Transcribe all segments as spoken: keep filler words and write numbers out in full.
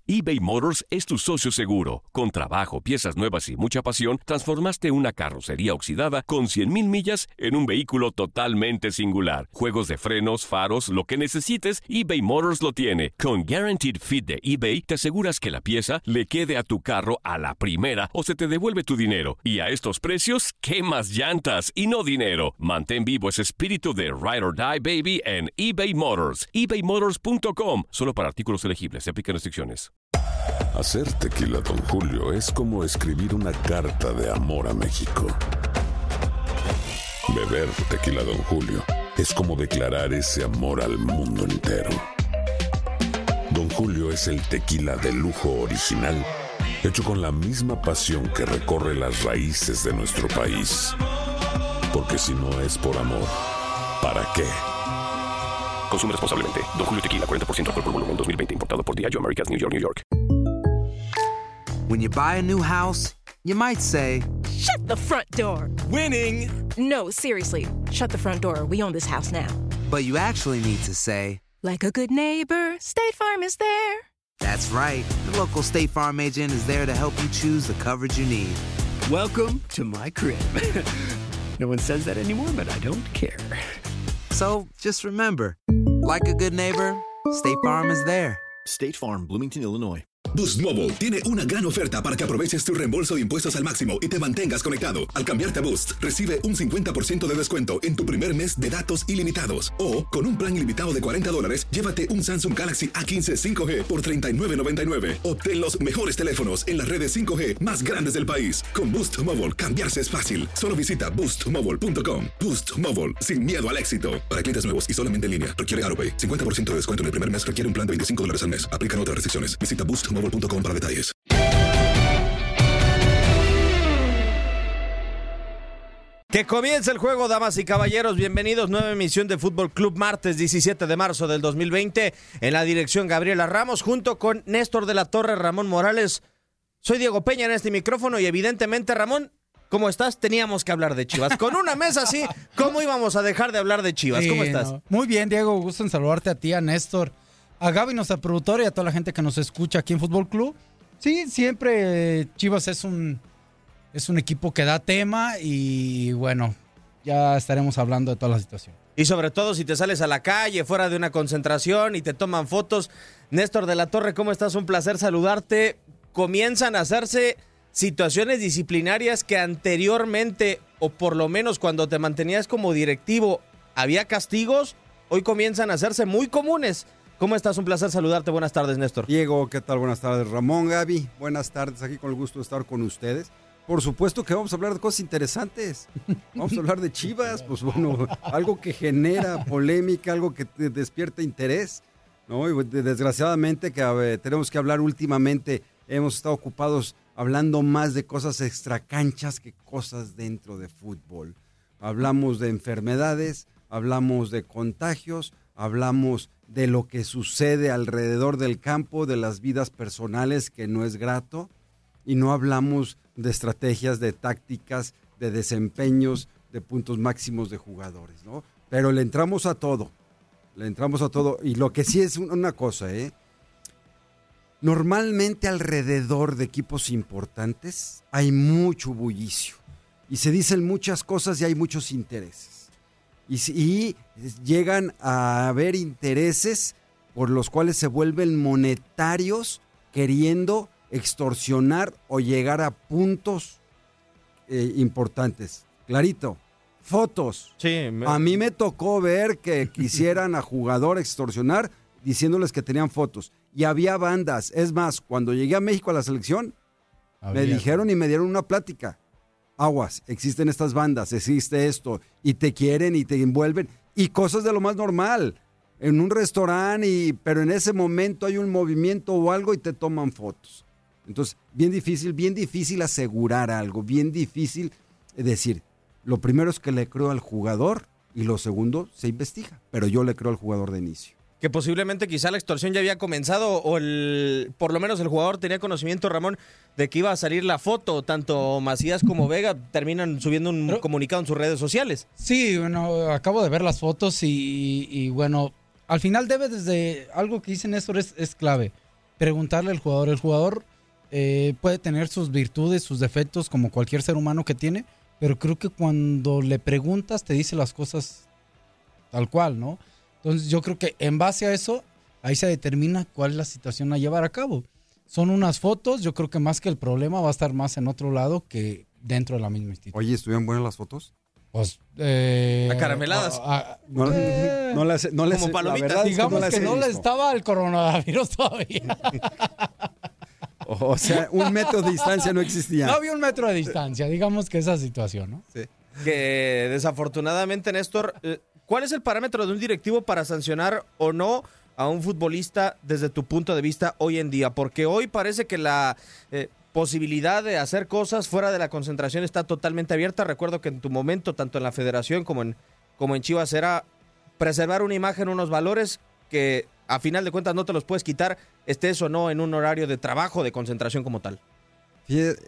eBay Motors es tu socio seguro. Con trabajo, piezas nuevas y mucha pasión, transformaste una carrocería oxidada con cien mil millas en un vehículo totalmente singular. Juegos de frenos, faros, lo que necesites, eBay Motors lo tiene. Con Guaranteed Fit de eBay, te aseguras que la pieza le quede a tu carro a la primera o se te devuelve tu dinero. Y a estos precios, ¿qué más llantas y no dinero? Mantén vivo ese espíritu de Ride or Die, baby, en eBay Motors. ebay motors punto com. Solo para artículos elegibles. Se aplican restricciones. Hacer tequila Don Julio es como escribir una carta de amor a México. Beber tequila Don Julio es como declarar ese amor al mundo entero. Don Julio es el tequila de lujo original, hecho con la misma pasión que recorre las raíces de nuestro país. Porque si no es por amor, ¿para qué? Consume responsablemente. Don Julio Tequila, cuarenta por ciento alcohol por volumen, dos mil veinte. Importado por Diageo Americas, New York, New York. When you buy a new house, you might say, "Shut the front door." Winning! No, seriously. Shut the front door. We own this house now. But you actually need to say, like a good neighbor, State Farm is there. That's right. The local State Farm agent is there to help you choose the coverage you need. Welcome to my crib. No one says that anymore, but I don't care. So, just remember, like a good neighbor, State Farm is there. State Farm, Bloomington, Illinois. Boost Mobile tiene una gran oferta para que aproveches tu reembolso de impuestos al máximo y te mantengas conectado. Al cambiarte a Boost, recibe un cincuenta por ciento de descuento en tu primer mes de datos ilimitados. O, con un plan ilimitado de cuarenta dólares, llévate un Samsung Galaxy A quince cinco G por treinta y nueve noventa y nueve. Obtén los mejores teléfonos en las redes cinco G más grandes del país. Con Boost Mobile, cambiarse es fácil. Solo visita boost mobile punto com. Boost Mobile, sin miedo al éxito. Para clientes nuevos y solamente en línea, requiere AutoPay. cincuenta por ciento de descuento en el primer mes, requiere un plan de veinticinco dólares al mes. Aplican otras restricciones. Visita boost mobile punto com para detalles. Que comience el juego, damas y caballeros. Bienvenidos, nueva emisión de Fútbol Club, martes diecisiete de marzo del dos mil veinte. En la dirección, Gabriela Ramos, junto con Néstor de la Torre, Ramón Morales. Soy Diego Peña en este micrófono y evidentemente, Ramón, ¿cómo estás? Teníamos que hablar de Chivas. Con una mesa así, ¿cómo íbamos a dejar de hablar de Chivas? ¿Cómo Sí, estás? no. Muy bien, Diego. Gusto en saludarte a ti, a Néstor, a Gaby, nuestra productora, y a toda la gente que nos escucha aquí en Fútbol Club. Sí, siempre eh, Chivas es un, es un equipo que da tema y bueno, ya estaremos hablando de toda la situación. Y sobre todo si te sales a la calle, fuera de una concentración y te toman fotos. Néstor de la Torre, ¿cómo estás? Un placer saludarte. Comienzan a hacerse situaciones disciplinarias que anteriormente, o por lo menos cuando te mantenías como directivo, había castigos. Hoy comienzan a hacerse muy comunes. ¿Cómo estás? Un placer saludarte. Buenas tardes, Néstor. Diego, ¿qué tal? Buenas tardes, Ramón, Gaby. Buenas tardes, aquí con el gusto de estar con ustedes. Por supuesto que vamos a hablar de cosas interesantes. Vamos a hablar de Chivas, pues bueno, algo que genera polémica, algo que te despierta interés, ¿no? Y desgraciadamente que ver, tenemos que hablar últimamente, hemos estado ocupados hablando más de cosas extracanchas que cosas dentro de fútbol. Hablamos de enfermedades, hablamos de contagios, hablamos de lo que sucede alrededor del campo, de las vidas personales, que no es grato, y no hablamos de estrategias, de tácticas, de desempeños, de puntos máximos de jugadores, ¿no? Pero le entramos a todo, le entramos a todo, y lo que sí es una cosa, ¿eh? Normalmente alrededor de equipos importantes hay mucho bullicio, y se dicen muchas cosas y hay muchos intereses. Y, y llegan a haber intereses por los cuales se vuelven monetarios, queriendo extorsionar o llegar a puntos eh, importantes. Clarito, fotos. Sí, me... A mí me tocó ver que quisieran a jugador extorsionar diciéndoles que tenían fotos. Y había bandas. Es más, cuando llegué a México a la selección, había. me dijeron y me dieron una plática. Aguas, existen estas bandas, existe esto, y te quieren y te envuelven, y cosas de lo más normal, en un restaurante, y, pero en ese momento hay un movimiento o algo y te toman fotos. Entonces, bien difícil, bien difícil asegurar algo, bien difícil decir, lo primero es que le creo al jugador, y lo segundo, se investiga, pero yo le creo al jugador de inicio. Que posiblemente quizá la extorsión ya había comenzado, o el, por lo menos el jugador tenía conocimiento, Ramón, de que iba a salir la foto. Tanto Macías como Vega terminan subiendo un Pero, comunicado en sus redes sociales. Sí, bueno, acabo de ver las fotos y, y bueno, al final debe desde algo que dice Néstor es, es clave. preguntarle al jugador. El jugador eh, puede tener sus virtudes, sus defectos, como cualquier ser humano que tiene, pero creo que cuando le preguntas te dice las cosas tal cual, ¿no? Entonces yo creo que en base a eso, ahí se determina cuál es la situación a llevar a cabo. Son unas fotos, yo creo que más que el problema va a estar más en otro lado que dentro de la misma institución. Oye, ¿estuvieron buenas las fotos? Pues, eh, acarameladas. A, a, No, eh, no las, no les, como palomitas. la verdad es digamos no que las he no le visto. estaba el coronavirus todavía. O sea, un metro de distancia no existía. No había un metro de distancia, digamos que esa situación, ¿no? Sí. Que desafortunadamente, Néstor, eh, ¿cuál es el parámetro de un directivo para sancionar o no a un futbolista desde tu punto de vista hoy en día? Porque hoy parece que la eh, posibilidad de hacer cosas fuera de la concentración está totalmente abierta. Recuerdo que en tu momento, tanto en la federación como en, como en Chivas, era preservar una imagen, unos valores que a final de cuentas no te los puedes quitar, estés o no en un horario de trabajo, de concentración como tal. Fíjate,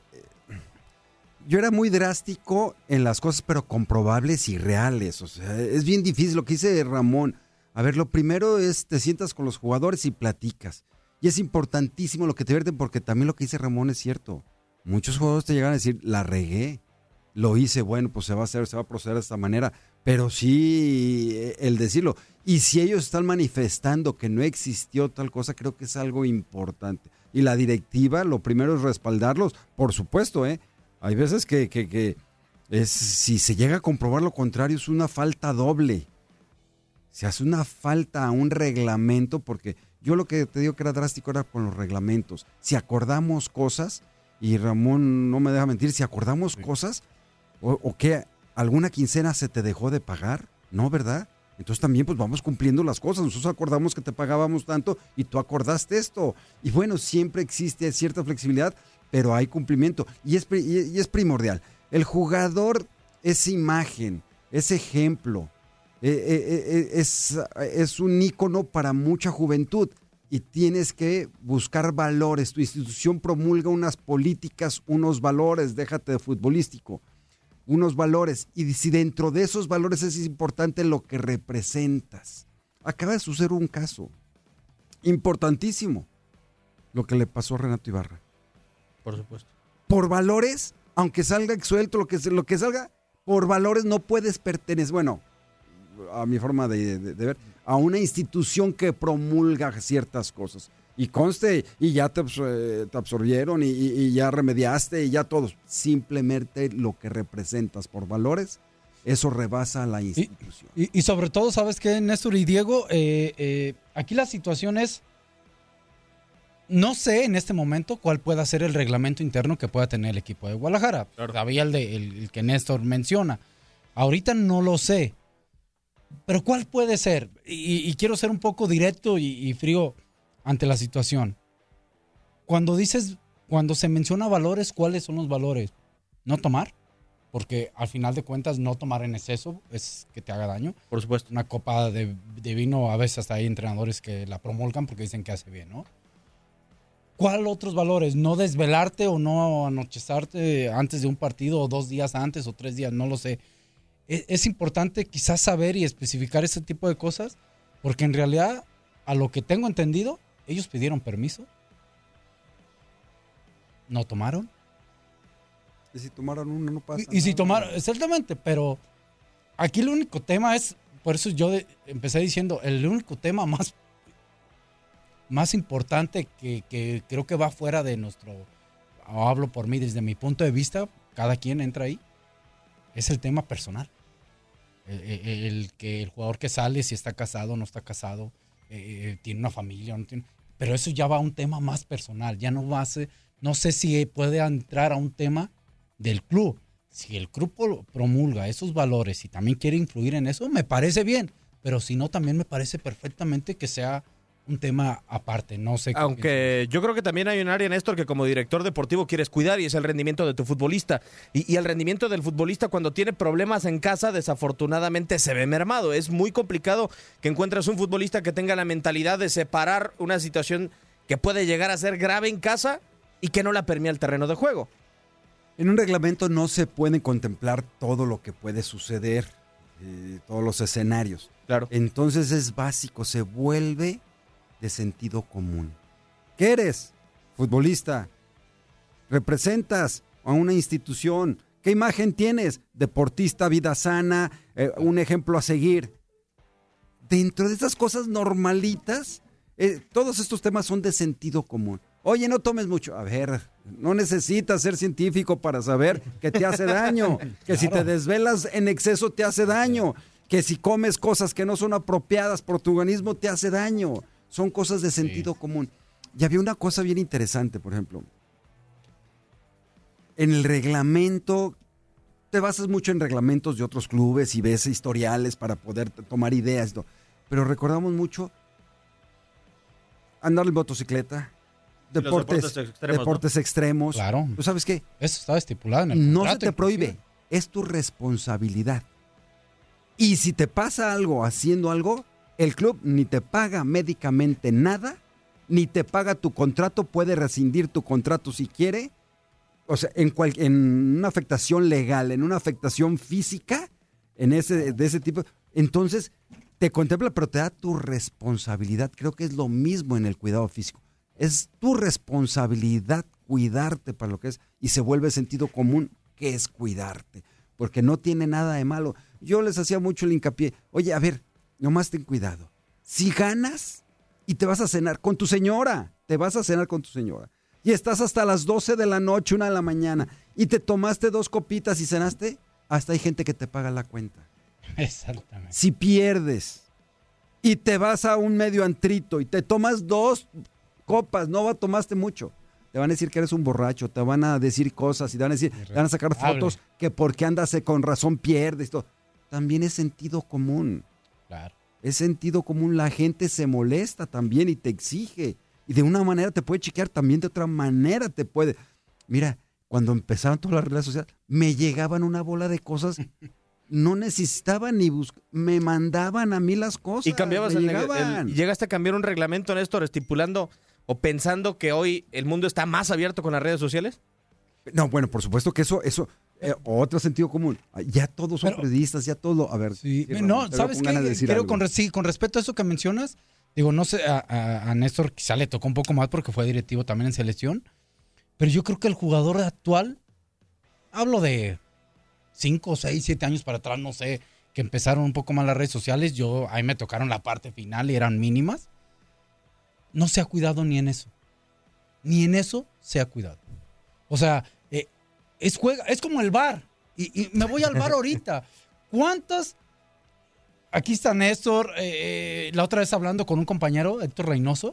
yo era muy drástico en las cosas, pero comprobables y reales. O sea, es bien difícil lo que dice Ramón. A ver, lo primero es te sientas con los jugadores y platicas. Y es importantísimo lo que te divierten, porque también lo que dice Ramón es cierto. Muchos jugadores te llegan a decir, la regué, lo hice, bueno, pues se va a hacer, se va a proceder de esta manera. Pero sí, el decirlo. Y si ellos están manifestando que no existió tal cosa, creo que es algo importante. Y la directiva, lo primero es respaldarlos, por supuesto, ¿eh? Hay veces que, que, que es, si se llega a comprobar lo contrario, es una falta doble. Se hace una falta a un reglamento, porque yo lo que te digo que era drástico era con los reglamentos. Si acordamos cosas, y Ramón no me deja mentir, si acordamos sí. cosas, o, o que alguna quincena se te dejó de pagar, ¿no, verdad? Entonces también pues vamos cumpliendo las cosas. Nosotros acordamos que te pagábamos tanto y tú acordaste esto. Y bueno, siempre existe cierta flexibilidad, pero hay cumplimiento. Y es, y es primordial. El jugador es imagen, es ejemplo. Eh, eh, eh, es, es un ícono para mucha juventud y tienes que buscar valores. Tu institución promulga unas políticas, unos valores, déjate de futbolístico, unos valores, y si dentro de esos valores es importante lo que representas. Acaba de suceder un caso importantísimo, lo que le pasó a Renato Ibarra. Por supuesto. Por valores, aunque salga exuelto, lo que, lo que salga, por valores no puedes pertenecer, bueno, a mi forma de, de, de ver, a una institución que promulga ciertas cosas. Y conste, y ya te, te absorbieron, y, y ya remediaste, y ya todos. Simplemente lo que representas por valores, eso rebasa a la institución. Y, y, y sobre todo, ¿sabes qué, Néstor y Diego? Eh, eh, aquí la situación es, no sé en este momento cuál pueda ser el reglamento interno que pueda tener el equipo de Guadalajara. Claro. Todavía el, de, el, el que Néstor menciona. Ahorita no lo sé. Pero ¿cuál puede ser? Y, y quiero ser un poco directo y, y frío ante la situación. Cuando dices, cuando se menciona valores, ¿cuáles son los valores? No tomar, porque al final de cuentas no tomar en exceso es que te haga daño. Por supuesto. Una copa de, de vino, a veces hasta hay entrenadores que la promulgan porque dicen que hace bien, ¿no? ¿Cuál otros valores? No desvelarte o no anochezarte antes de un partido, o dos días antes, o tres días, no lo sé. Es, es importante quizás saber y especificar ese tipo de cosas, porque en realidad, a lo que tengo entendido, ellos pidieron permiso, no tomaron. Y si tomaron uno, no pasa y, nada. Y si tomaron, exactamente, pero aquí el único tema es, por eso yo de, empecé diciendo, el único tema más, más importante que, que creo que va fuera de nuestro, hablo por mí desde mi punto de vista, cada quien entra ahí, es el tema personal. El, el, el que el jugador que sale, si está casado, no está casado, eh, tiene una familia, no tiene, pero eso ya va a un tema más personal, ya no va a ser, no sé si puede entrar a un tema del club. Si el club promulga esos valores y también quiere influir en eso, me parece bien, pero si no, también me parece perfectamente que sea un tema aparte, no sé. Aunque yo creo que también hay un área, Néstor, que como director deportivo quieres cuidar, y es el rendimiento de tu futbolista. Y, y el rendimiento del futbolista cuando tiene problemas en casa, desafortunadamente se ve mermado. Es muy complicado que encuentres un futbolista que tenga la mentalidad de separar una situación que puede llegar a ser grave en casa y que no la permea el terreno de juego. En un reglamento no se puede contemplar todo lo que puede suceder, eh, todos los escenarios. Claro. Entonces es básico, se vuelve de sentido común. ¿Qué eres? Futbolista. ¿Representas a una institución? ¿Qué imagen tienes? Deportista, vida sana, eh, un ejemplo a seguir. Dentro de esas cosas normalitas, eh, todos estos temas son de sentido común. Oye, no tomes mucho. A ver, no necesitas ser científico para saber que te hace daño, que claro. Si te desvelas en exceso te hace daño, que si comes cosas que no son apropiadas por tu organismo te hace daño. Son cosas de sentido sí. común. Y había una cosa bien interesante, por ejemplo. En el reglamento, te basas mucho en reglamentos de otros clubes y ves historiales para poder tomar ideas. ¿No? Pero recordamos mucho andar en motocicleta, deportes, deportes extremos. Deportes ¿no? extremos. Claro. ¿Tú sabes qué? Eso estaba estipulado en el No contrato, se te prohíbe, inclusive. Es tu responsabilidad. Y si te pasa algo haciendo algo, el club ni te paga médicamente nada, ni te paga tu contrato, puede rescindir tu contrato si quiere. O sea, en, cual, en una afectación legal, en una afectación física, en ese, de ese tipo, entonces te contempla, pero te da tu responsabilidad. Creo que es lo mismo en el cuidado físico. Es tu responsabilidad cuidarte para lo que es, y se vuelve sentido común que es cuidarte, porque no tiene nada de malo. Yo les hacía mucho el hincapié, oye, a ver, nomás ten cuidado. Si ganas y te vas a cenar con tu señora, te vas a cenar con tu señora, y estás hasta las doce de la noche, una de la mañana, y te tomaste dos copitas y cenaste, hasta hay gente que te paga la cuenta. Exactamente. Si pierdes y te vas a un medio antrito y te tomas dos copas, no tomaste mucho, te van a decir que eres un borracho, te van a decir cosas y te van a decir, te van a sacar fotos que porque andas con razón pierdes. Todo. También es sentido común. Claro. Es sentido común. La gente se molesta también y te exige. Y de una manera te puede chequear, también de otra manera te puede. Mira, cuando empezaron todas las redes sociales, me llegaban una bola de cosas, no necesitaba ni buscar, me mandaban a mí las cosas. Y cambiabas el, llegaban. el, llegaste a cambiar un reglamento, Néstor, estipulando o pensando que hoy el mundo está más abierto con las redes sociales. No, bueno, por supuesto que eso, eso, eh, otro sentido común. Ya todos son Pero, periodistas, ya todo, a ver. Sí, sí no, ¿sabes qué? Creo con, sí, con respecto a eso que mencionas, digo, no sé, a, a, a Néstor quizá le tocó un poco más porque fue directivo también en selección, pero yo creo que el jugador actual, hablo de cinco, seis, siete años para atrás, no sé, que empezaron un poco más las redes sociales, yo, ahí me tocaron la parte final y eran mínimas, no se ha cuidado ni en eso, ni en eso se ha cuidado. O sea, eh, es, juega, es como el bar, y, y me voy al bar ahorita, ¿cuántas... Aquí está Néstor, eh, la otra vez hablando con un compañero, Héctor Reynoso,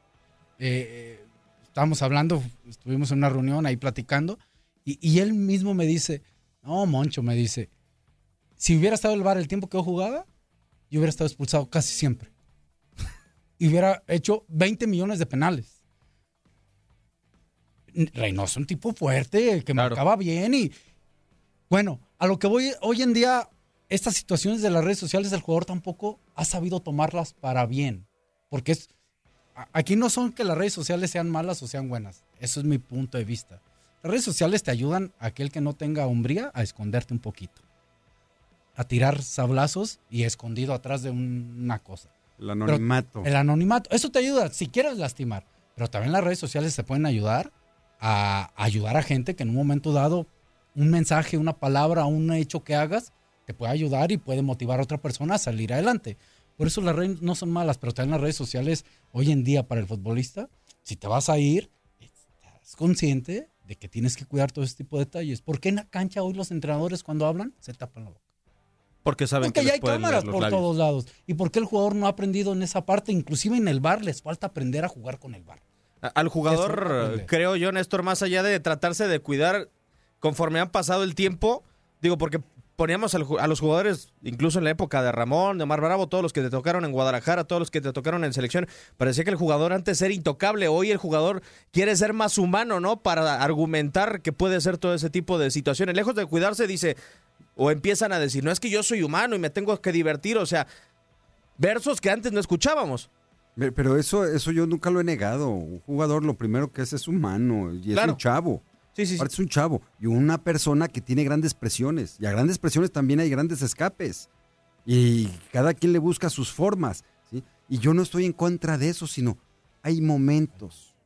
eh, estábamos hablando, estuvimos en una reunión ahí platicando, y, y él mismo me dice, no, Moncho, me dice, si hubiera estado en el bar el tiempo que yo jugaba, yo hubiera estado expulsado casi siempre. Y hubiera hecho veinte millones de penales. Reynoso, un tipo fuerte, que claro. marcaba bien, y bueno, a lo que voy hoy en día... Estas situaciones de las redes sociales, el jugador tampoco ha sabido tomarlas para bien. Porque es, aquí no son que las redes sociales sean malas o sean buenas. Eso es mi punto de vista. Las redes sociales te ayudan a aquel que no tenga hombría a esconderte un poquito. A tirar sablazos y escondido atrás de un, una cosa. El anonimato. Pero el anonimato. Eso te ayuda si quieres lastimar. Pero también las redes sociales te pueden ayudar a, a ayudar a gente que en un momento dado, un mensaje, una palabra, un hecho que hagas, te puede ayudar y puede motivar a otra persona a salir adelante. Por eso las redes no son malas, pero también las redes sociales hoy en día para el futbolista, si te vas a ir, estás consciente de que tienes que cuidar todo ese tipo de detalles. ¿Por qué en la cancha hoy los entrenadores cuando hablan se tapan la boca? Porque saben Porque que ya les hay cámaras por labios. todos lados. ¿Y por qué el jugador no ha aprendido en esa parte? Inclusive en el bar les falta aprender a jugar con el bar. Al jugador, creo yo, Néstor, más allá de tratarse de cuidar conforme han pasado el tiempo, digo, porque poníamos al, a los jugadores, incluso en la época de Ramón, de Omar Bravo, todos los que te tocaron en Guadalajara, todos los que te tocaron en selección, parecía que el jugador antes era intocable. Hoy el jugador quiere ser más humano, ¿no? Para argumentar que puede ser todo ese tipo de situaciones. Lejos de cuidarse, dice, o empiezan a decir, no es que yo soy humano y me tengo que divertir, o sea, versos que antes no escuchábamos. Pero eso, eso yo nunca lo he negado. Un jugador lo primero que es es humano y Claro. es un chavo. Sí, sí, sí. Aparte es un chavo y una persona que tiene grandes presiones. Y a grandes presiones también hay grandes escapes. Y cada quien le busca sus formas, ¿sí? Y yo no estoy en contra de eso, sino hay momentos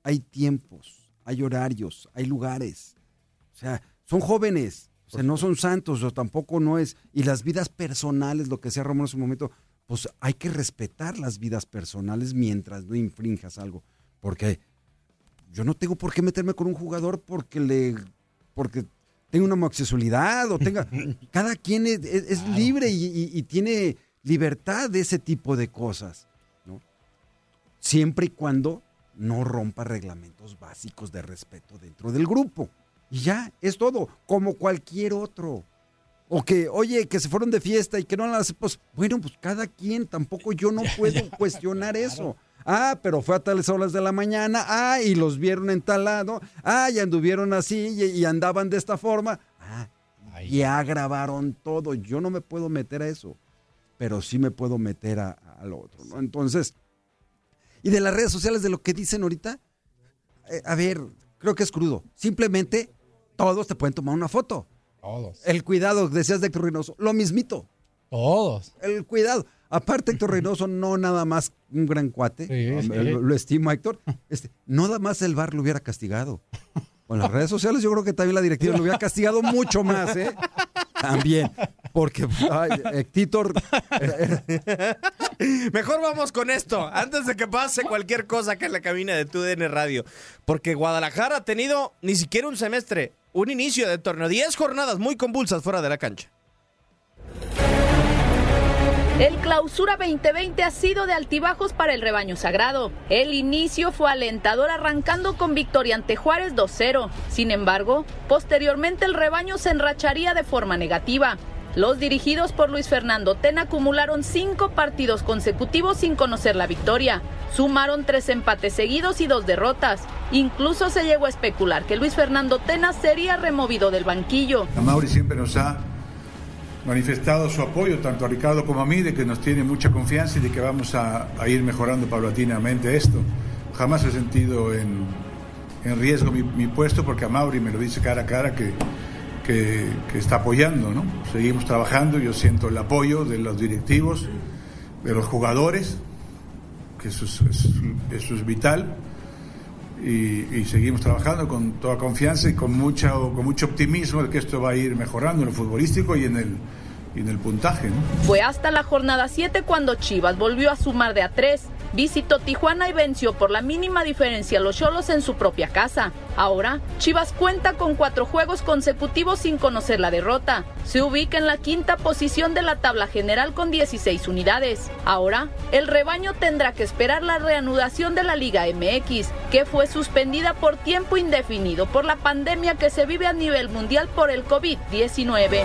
hay tiempos, hay horarios, hay lugares. O sea, son jóvenes, o sea, no son santos, o tampoco no es. Y las vidas personales, lo que decía Ramón en su momento, pues hay que respetar las vidas personales mientras no infrinjas algo. Porque yo no tengo por qué meterme con un jugador porque le porque tenga una homosexualidad o tenga... Cada quien es, es, es claro. libre y, y, y tiene libertad de ese tipo de cosas, ¿no? Siempre y cuando no rompa reglamentos básicos de respeto dentro del grupo. Y ya, es todo, como cualquier otro. O que, oye, que se fueron de fiesta y que no las... Pues, bueno, pues cada quien, tampoco yo no puedo cuestionar eso. Ah, pero fue a tales horas de la mañana, ah, y los vieron en tal lado, ah, y anduvieron así y, y andaban de esta forma. Ah, Ay. ya grabaron todo, yo no me puedo meter a eso, pero sí me puedo meter a, a lo otro, ¿no? Entonces, y de las redes sociales, de lo que dicen ahorita, eh, a ver, creo que es crudo. Simplemente todos te pueden tomar una foto. Todos. El cuidado, decías de Héctor Reynoso, lo mismito. Todos. El cuidado. Aparte, Héctor Reynoso, no nada más un gran cuate, sí, sí. Lo, lo estimo, Héctor, este, no nada más el V A R lo hubiera castigado. Con las redes sociales yo creo que también la directiva lo hubiera castigado mucho más, ¿eh? También, porque, ay, Héctor... Mejor vamos con esto, antes de que pase cualquier cosa acá en la cabina de Tu D N Radio, porque Guadalajara ha tenido ni siquiera un semestre, un inicio de torneo, diez jornadas muy convulsas fuera de la cancha. El Clausura veinte veinte ha sido de altibajos para el rebaño sagrado. El inicio fue alentador, arrancando con victoria ante Juárez dos cero. Sin embargo, posteriormente el rebaño se enracharía de forma negativa. Los dirigidos por Luis Fernando Tena acumularon cinco partidos consecutivos sin conocer la victoria. Sumaron tres empates seguidos y dos derrotas. Incluso se llegó a especular que Luis Fernando Tena sería removido del banquillo. Amaury siempre nos ha manifestado su apoyo, tanto a Ricardo como a mí, de que nos tiene mucha confianza y de que vamos a, a ir mejorando paulatinamente esto. Jamás he sentido en, en riesgo mi, mi puesto, porque Amaury me lo dice cara a cara que, que, que está apoyando, ¿no? Seguimos trabajando, yo siento el apoyo de los directivos, de los jugadores, que eso es, es, eso es vital, y, y seguimos trabajando con toda confianza y con, mucha, con mucho optimismo de que esto va a ir mejorando en lo futbolístico y en el, y en el puntaje, ¿no? Fue hasta la jornada siete cuando Chivas volvió a sumar de a tres. Visitó Tijuana y venció por la mínima diferencia a los Xolos en su propia casa. Ahora, Chivas cuenta con cuatro juegos consecutivos sin conocer la derrota. Se ubica en la quinta posición de la tabla general con dieciséis unidades. Ahora, el rebaño tendrá que esperar la reanudación de la Liga M X, que fue suspendida por tiempo indefinido por la pandemia que se vive a nivel mundial por el COVID diecinueve.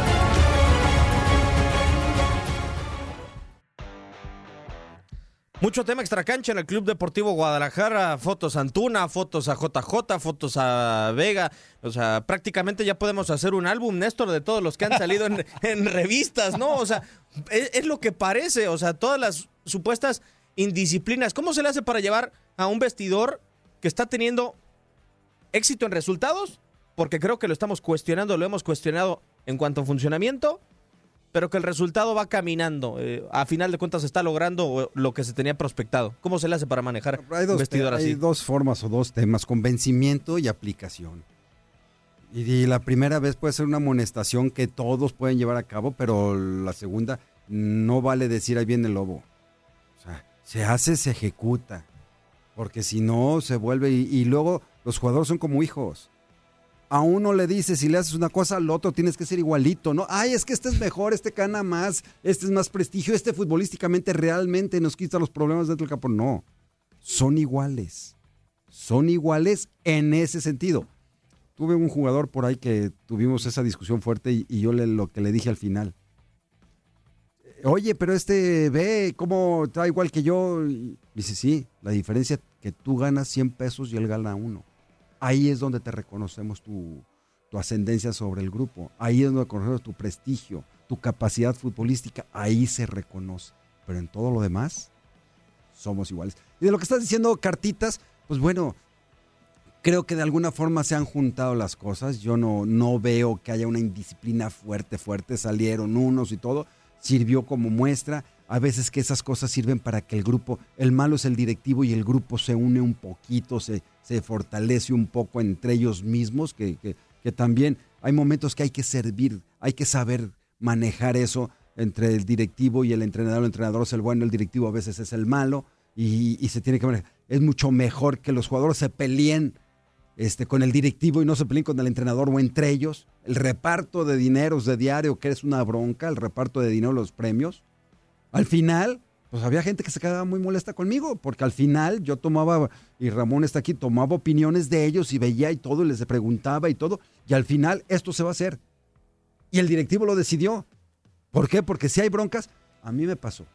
Mucho tema extracancha en el Club Deportivo Guadalajara, fotos a Antuna, fotos a J J, fotos a Vega, o sea, prácticamente ya podemos hacer un álbum, Néstor, de todos los que han salido en, en revistas, ¿no? O sea, es, es lo que parece, o sea, todas las supuestas indisciplinas. ¿Cómo se le hace para llevar a un vestidor que está teniendo éxito en resultados? Porque creo que lo estamos cuestionando, lo hemos cuestionado en cuanto a funcionamiento, pero que el resultado va caminando. Eh, a final de cuentas se está logrando lo que se tenía prospectado. ¿Cómo se le hace para manejar dos, un vestidor hay así? Hay dos formas o dos temas, convencimiento y aplicación. Y, y la primera vez puede ser una amonestación que todos pueden llevar a cabo, pero la segunda no vale decir ahí viene el lobo. O sea, se hace, se ejecuta. Porque si no, se vuelve... Y, y luego los jugadores son como hijos. A uno le dices, si le haces una cosa, al otro tienes que ser igualito, ¿no? Ay, es que este es mejor, este gana más, este es más prestigio, este futbolísticamente realmente nos quita los problemas dentro del campo. No, son iguales. Son iguales en ese sentido. Tuve un jugador por ahí que tuvimos esa discusión fuerte y, y yo le, lo que le dije al final. Oye, pero este ve cómo está igual que yo. Y dice, sí, la diferencia es que tú ganas cien pesos y él gana uno. Ahí es donde te reconocemos tu, tu ascendencia sobre el grupo. Ahí es donde reconocemos tu prestigio, tu capacidad futbolística. Ahí se reconoce. Pero en todo lo demás, somos iguales. Y de lo que estás diciendo, cartitas, pues bueno, creo que de alguna forma se han juntado las cosas. Yo no, no veo que haya una indisciplina fuerte, fuerte. Salieron unos y todo. Sirvió como muestra. a veces que esas cosas sirven para que el grupo, el malo es el directivo y el grupo se une un poquito, se, se fortalece un poco entre ellos mismos, que, que, que también hay momentos que hay que servir, hay que saber manejar eso entre el directivo y el entrenador. El entrenador es el bueno, el directivo a veces es el malo y, y se tiene que manejar. Es mucho mejor que los jugadores se peleen este, con el directivo y no se peleen con el entrenador o entre ellos. El reparto de dineros de diario, que es una bronca, el reparto de dinero, los premios. Al final, pues había gente que se quedaba muy molesta conmigo, porque al final yo tomaba, y Ramón está aquí, tomaba opiniones de ellos y veía y todo, y les preguntaba y todo, y al final esto se va a hacer. Y el directivo lo decidió. ¿Por qué? Porque si hay broncas, a mí me pasó,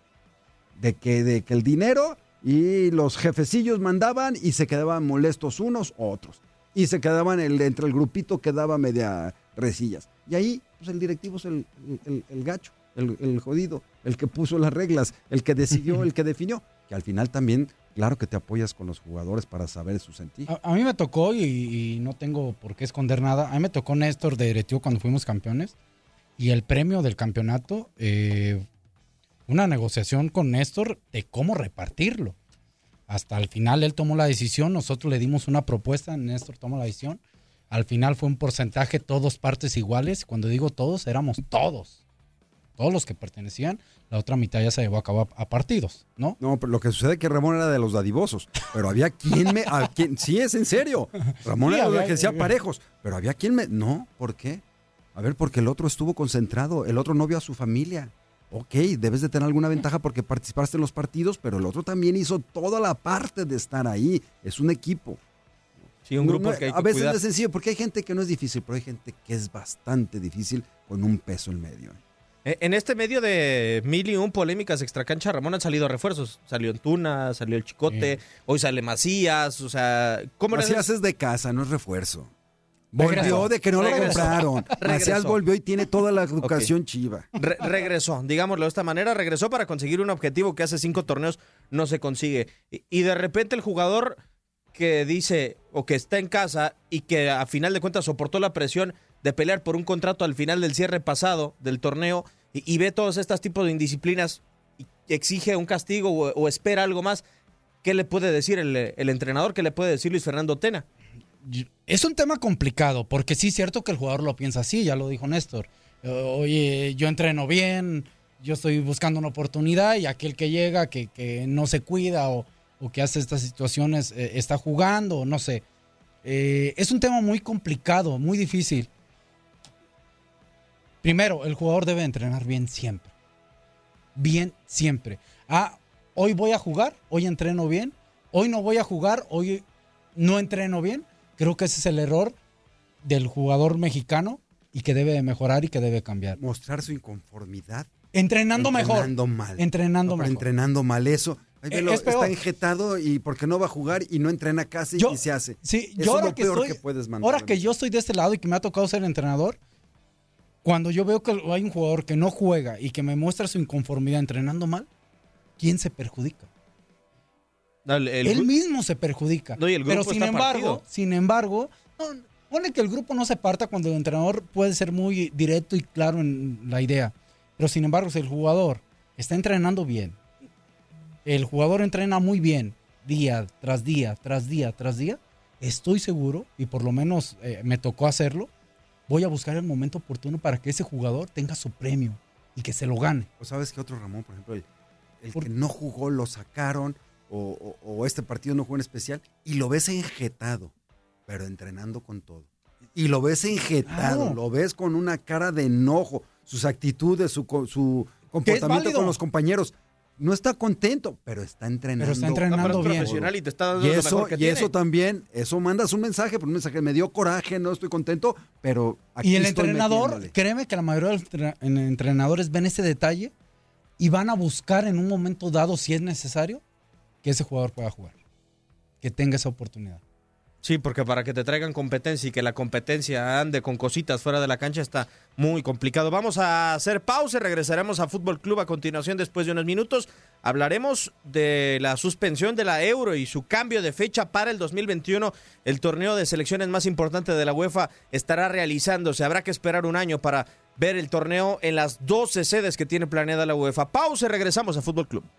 de que, de que el dinero y los jefecillos mandaban y se quedaban molestos unos u otros. Y se quedaban, el, entre el grupito quedaba media resillas. Y ahí, pues el directivo es el, el, el gacho. El, el jodido, el que puso las reglas, el que decidió, el que definió, que al final también, claro que te apoyas con los jugadores para saber su sentir. A, a mí me tocó, y, y no tengo por qué esconder nada, a mí me tocó Néstor de Eretio cuando fuimos campeones, y el premio del campeonato, eh, una negociación con Néstor de cómo repartirlo. Hasta el final él tomó la decisión, nosotros le dimos una propuesta, Néstor tomó la decisión, al final fue un porcentaje, todos partes iguales, cuando digo todos, éramos todos. Todos los que pertenecían, la otra mitad ya se llevó a cabo a, a partidos, ¿no? No, pero lo que sucede es que Ramón era de los dadivosos, pero había quien me... A quien, sí, es en serio. Ramón sí, era de que decía parejos, pero había quien me... No, ¿por qué? A ver, porque el otro estuvo concentrado, el otro no vio a su familia. Ok, debes de tener alguna ventaja porque participaste en los partidos, pero el otro también hizo toda la parte de estar ahí. Es un equipo. Sí, un grupo no, que hay que A veces cuidar. no es sencillo, porque hay gente que no es difícil, pero hay gente que es bastante difícil con un peso en medio. En este medio de mil y un polémicas extracancha, Ramón, han salido refuerzos. Salió Antuna, salió el Chicote, sí. Hoy sale Macías, o sea... ¿cómo Macías es de casa, no es refuerzo. Volvió regresó. de que no regresó. lo compraron. Macías volvió y tiene toda la educación okay. chiva. Re regresó, digámoslo de esta manera, regresó para conseguir un objetivo que hace cinco torneos no se consigue. Y, y de repente el jugador que dice, o que está en casa y que a final de cuentas soportó la presión de pelear por un contrato al final del cierre pasado del torneo y, y ve todos estos tipos de indisciplinas y exige un castigo o, o espera algo más, ¿qué le puede decir el, el entrenador? ¿Qué le puede decir Luis Fernando Tena? Es un tema complicado, porque sí es cierto que el jugador lo piensa así, ya lo dijo Néstor. Oye, yo entreno bien, yo estoy buscando una oportunidad y aquel que llega, que, que no se cuida o, o que hace estas situaciones, eh, está jugando, no sé. Eh, es un tema muy complicado, muy difícil. Primero, el jugador debe entrenar bien siempre. Bien siempre. Ah, hoy voy a jugar, hoy entreno bien. Hoy no voy a jugar, hoy no entreno bien. Creo que ese es el error del jugador mexicano y que debe de mejorar y que debe cambiar. Mostrar su inconformidad. Entrenando, entrenando mejor. Entrenando mal. Entrenando no, mejor. Entrenando mal, eso. Ahí es, lo, es está enjetado y porque no va a jugar y no entrena casi yo, y se hace. Sí, eso yo es lo que peor estoy, que puedes mandar. Ahora que yo estoy de este lado y que me ha tocado ser entrenador, cuando yo veo que hay un jugador que no juega y que me muestra su inconformidad entrenando mal, ¿quién se perjudica? No, el, el, Él mismo se perjudica. No, y el Pero sin embargo, partido. sin embargo, no, pone que el grupo no se parta cuando el entrenador puede ser muy directo y claro en la idea. Pero sin embargo, si el jugador está entrenando bien, el jugador entrena muy bien, día tras día, tras día, tras día, estoy seguro, y por lo menos eh, me tocó hacerlo, voy a buscar el momento oportuno para que ese jugador tenga su premio y que se lo gane. ¿O sabes qué otro, Ramón? Por ejemplo, el, el que no jugó, lo sacaron, o, o, o este partido no jugó en especial, y lo ves enjetado, pero entrenando con todo. Y lo ves enjetado, claro. Lo ves con una cara de enojo, sus actitudes, su, su comportamiento con los compañeros. No está contento, pero está entrenando. Pero está entrenando no, pero bien. Profesional y te está dando y lo eso, mejor que y tiene. eso también, eso mandas un mensaje, pero un mensaje me dio coraje, no estoy contento, pero aquí y el estoy entrenador, metiéndole. Créeme que la mayoría de los entrenadores ven ese detalle y van a buscar en un momento dado, si es necesario, que ese jugador pueda jugar, que tenga esa oportunidad. Sí, porque para que te traigan competencia y que la competencia ande con cositas fuera de la cancha está muy complicado. Vamos a hacer pausa y regresaremos a Fútbol Club a continuación después de unos minutos. Hablaremos de la suspensión de la Euro y su cambio de fecha para el dos mil veintiuno. El torneo de selecciones más importante de la UEFA estará realizándose. Habrá que esperar un año para ver el torneo en las doce sedes que tiene planeada la UEFA. Pausa y regresamos a Fútbol Club.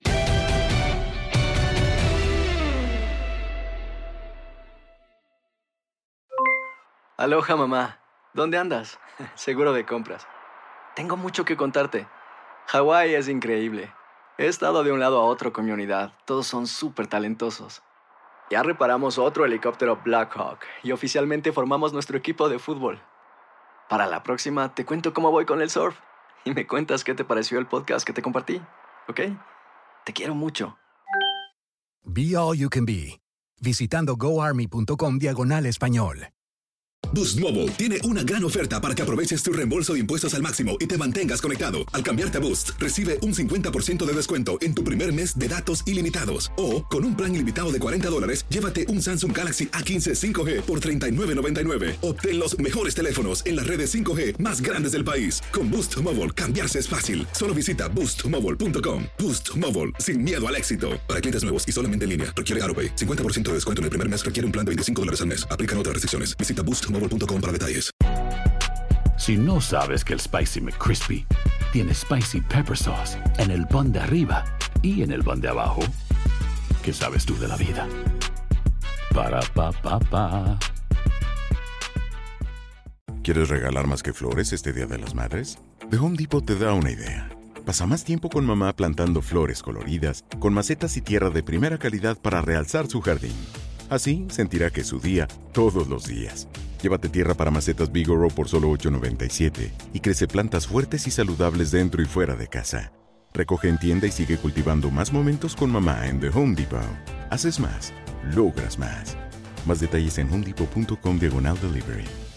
Aloha, mamá. ¿Dónde andas? Seguro de compras. Tengo mucho que contarte. Hawái es increíble. He estado de un lado a otro con mi unidad. Todos son súper talentosos. Ya reparamos otro helicóptero Blackhawk y oficialmente formamos nuestro equipo de fútbol. Para la próxima te cuento cómo voy con el surf y me cuentas qué te pareció el podcast que te compartí, ¿ok? Te quiero mucho. Be All You Can Be, visitando goarmy.com diagonal español. Boost Mobile tiene una gran oferta para que aproveches tu reembolso de impuestos al máximo y te mantengas conectado. Al cambiarte a Boost, recibe un cincuenta por ciento de descuento en tu primer mes de datos ilimitados. O, con un plan ilimitado de cuarenta dólares, llévate un Samsung Galaxy A quince cinco G por treinta y nueve noventa y nueve. Obtén los mejores teléfonos en las redes cinco G más grandes del país. Con Boost Mobile, cambiarse es fácil. Solo visita boost mobile punto com. Boost Mobile, sin miedo al éxito. Para clientes nuevos y solamente en línea, requiere AutoPay. cincuenta por ciento de descuento en el primer mes requiere un plan de veinticinco dólares al mes. Aplican otras restricciones. Visita boost mobile punto com para detalles. Si no sabes que el Spicy McCrispy tiene Spicy Pepper Sauce en el pan de arriba y en el pan de abajo, ¿qué sabes tú de la vida? Para, pa, pa, pa. ¿Quieres regalar más que flores este Día de las Madres? The Home Depot te da una idea. Pasa más tiempo con mamá plantando flores coloridas, con macetas y tierra de primera calidad para realzar su jardín. Así sentirá que es su día todos los días. Llévate tierra para macetas Vigoro por solo ocho noventa y siete y crece plantas fuertes y saludables dentro y fuera de casa. Recoge en tienda y sigue cultivando más momentos con mamá en The Home Depot. Haces más, logras más. Más detalles en homedepot punto com diagonal delivery.